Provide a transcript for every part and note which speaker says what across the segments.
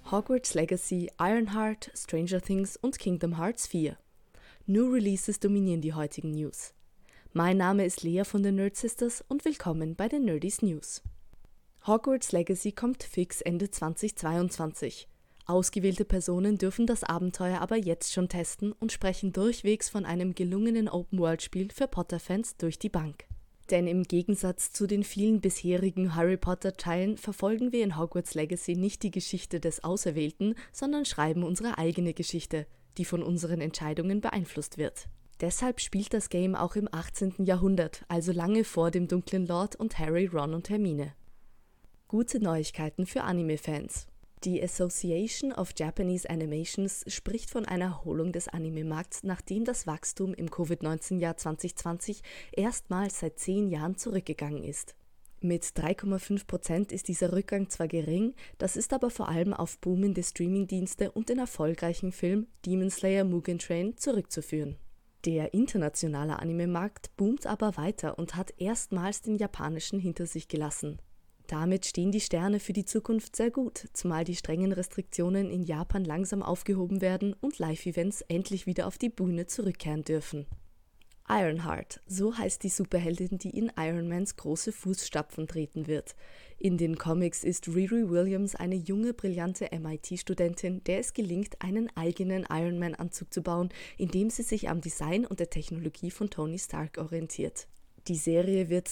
Speaker 1: Hogwarts Legacy, Ironheart, Stranger Things und Kingdom Hearts 4. New Releases dominieren die heutigen News. Mein Name ist Lea von den Nerd Sisters und willkommen bei den Nerdies News. Hogwarts Legacy kommt fix Ende 2022. Ausgewählte Personen dürfen das Abenteuer aber jetzt schon testen und sprechen durchwegs von einem gelungenen Open-World-Spiel für Potter-Fans durch die Bank. Denn im Gegensatz zu den vielen bisherigen Harry Potter-Teilen verfolgen wir in Hogwarts Legacy nicht die Geschichte des Auserwählten, sondern schreiben unsere eigene Geschichte, die von unseren Entscheidungen beeinflusst wird. Deshalb spielt das Game auch im 18. Jahrhundert, also lange vor dem Dunklen Lord und Harry, Ron und Hermine. Gute Neuigkeiten für Anime-Fans. Die Association of Japanese Animations spricht von einer Erholung des Anime-Markts, nachdem das Wachstum im Covid-19-Jahr 2020 erstmals seit 10 Jahren zurückgegangen ist. Mit 3,5% ist dieser Rückgang zwar gering, das ist aber vor allem auf boomende Streaming-Dienste und den erfolgreichen Film Demon Slayer Mugen Train zurückzuführen. Der internationale Anime-Markt boomt aber weiter und hat erstmals den japanischen hinter sich gelassen. Damit stehen die Sterne für die Zukunft sehr gut, zumal die strengen Restriktionen in Japan langsam aufgehoben werden und Live-Events endlich wieder auf die Bühne zurückkehren dürfen. Ironheart, so heißt die Superheldin, die in Iron Mans große Fußstapfen treten wird. In den Comics ist Riri Williams eine junge, brillante MIT-Studentin, der es gelingt, einen eigenen Iron Man-Anzug zu bauen, indem sie sich am Design und der Technologie von Tony Stark orientiert. Die Serie wird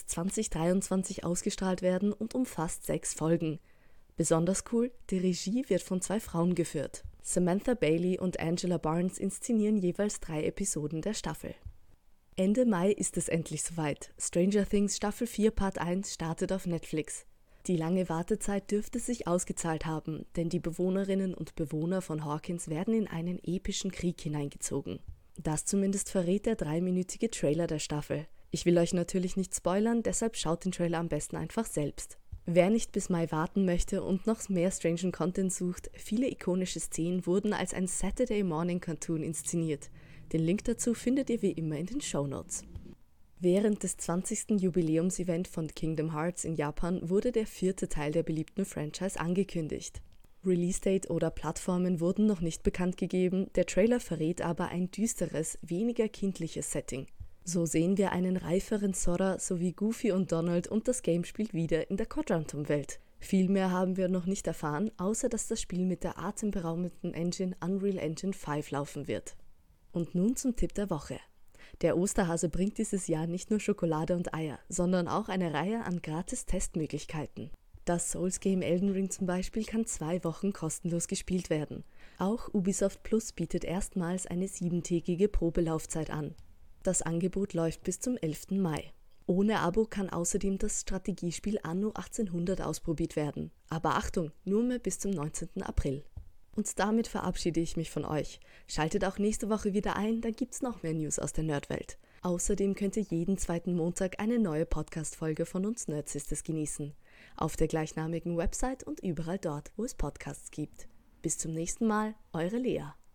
Speaker 1: 2023 ausgestrahlt werden und umfasst 6 Folgen. Besonders cool, die Regie wird von 2 Frauen geführt. Samantha Bailey und Angela Barnes inszenieren jeweils 3 Episoden der Staffel. Ende Mai ist es endlich soweit. Stranger Things Staffel 4 Part 1 startet auf Netflix. Die lange Wartezeit dürfte sich ausgezahlt haben, denn die Bewohnerinnen und Bewohner von Hawkins werden in einen epischen Krieg hineingezogen. Das zumindest verrät der 3-minütige Trailer der Staffel. Ich will euch natürlich nicht spoilern, deshalb schaut den Trailer am besten einfach selbst. Wer nicht bis Mai warten möchte und noch mehr strangen Content sucht, viele ikonische Szenen wurden als ein Saturday Morning Cartoon inszeniert. Den Link dazu findet ihr wie immer in den Shownotes. Während des 20. Jubiläumsevent von Kingdom Hearts in Japan wurde der 4. Teil der beliebten Franchise angekündigt. Release-Date oder Plattformen wurden noch nicht bekannt gegeben, der Trailer verrät aber ein düsteres, weniger kindliches Setting. So sehen wir einen reiferen Sora sowie Goofy und Donald und das Game spielt wieder in der Quadrantum-Welt. Viel mehr haben wir noch nicht erfahren, außer dass das Spiel mit der atemberaubenden Engine Unreal Engine 5 laufen wird. Und nun zum Tipp der Woche. Der Osterhase bringt dieses Jahr nicht nur Schokolade und Eier, sondern auch eine Reihe an Gratis-Testmöglichkeiten. Das Souls-Game Elden Ring zum Beispiel kann 2 Wochen kostenlos gespielt werden. Auch Ubisoft Plus bietet erstmals eine 7-tägige Probelaufzeit an. Das Angebot läuft bis zum 11. Mai. Ohne Abo kann außerdem das Strategiespiel Anno 1800 ausprobiert werden. Aber Achtung, nur mehr bis zum 19. April. Und damit verabschiede ich mich von euch. Schaltet auch nächste Woche wieder ein, dann gibt's noch mehr News aus der Nerdwelt. Außerdem könnt ihr jeden 2. Montag eine neue Podcast-Folge von uns Nerd Sisters genießen. Auf der gleichnamigen Website und überall dort, wo es Podcasts gibt. Bis zum nächsten Mal, eure Lea.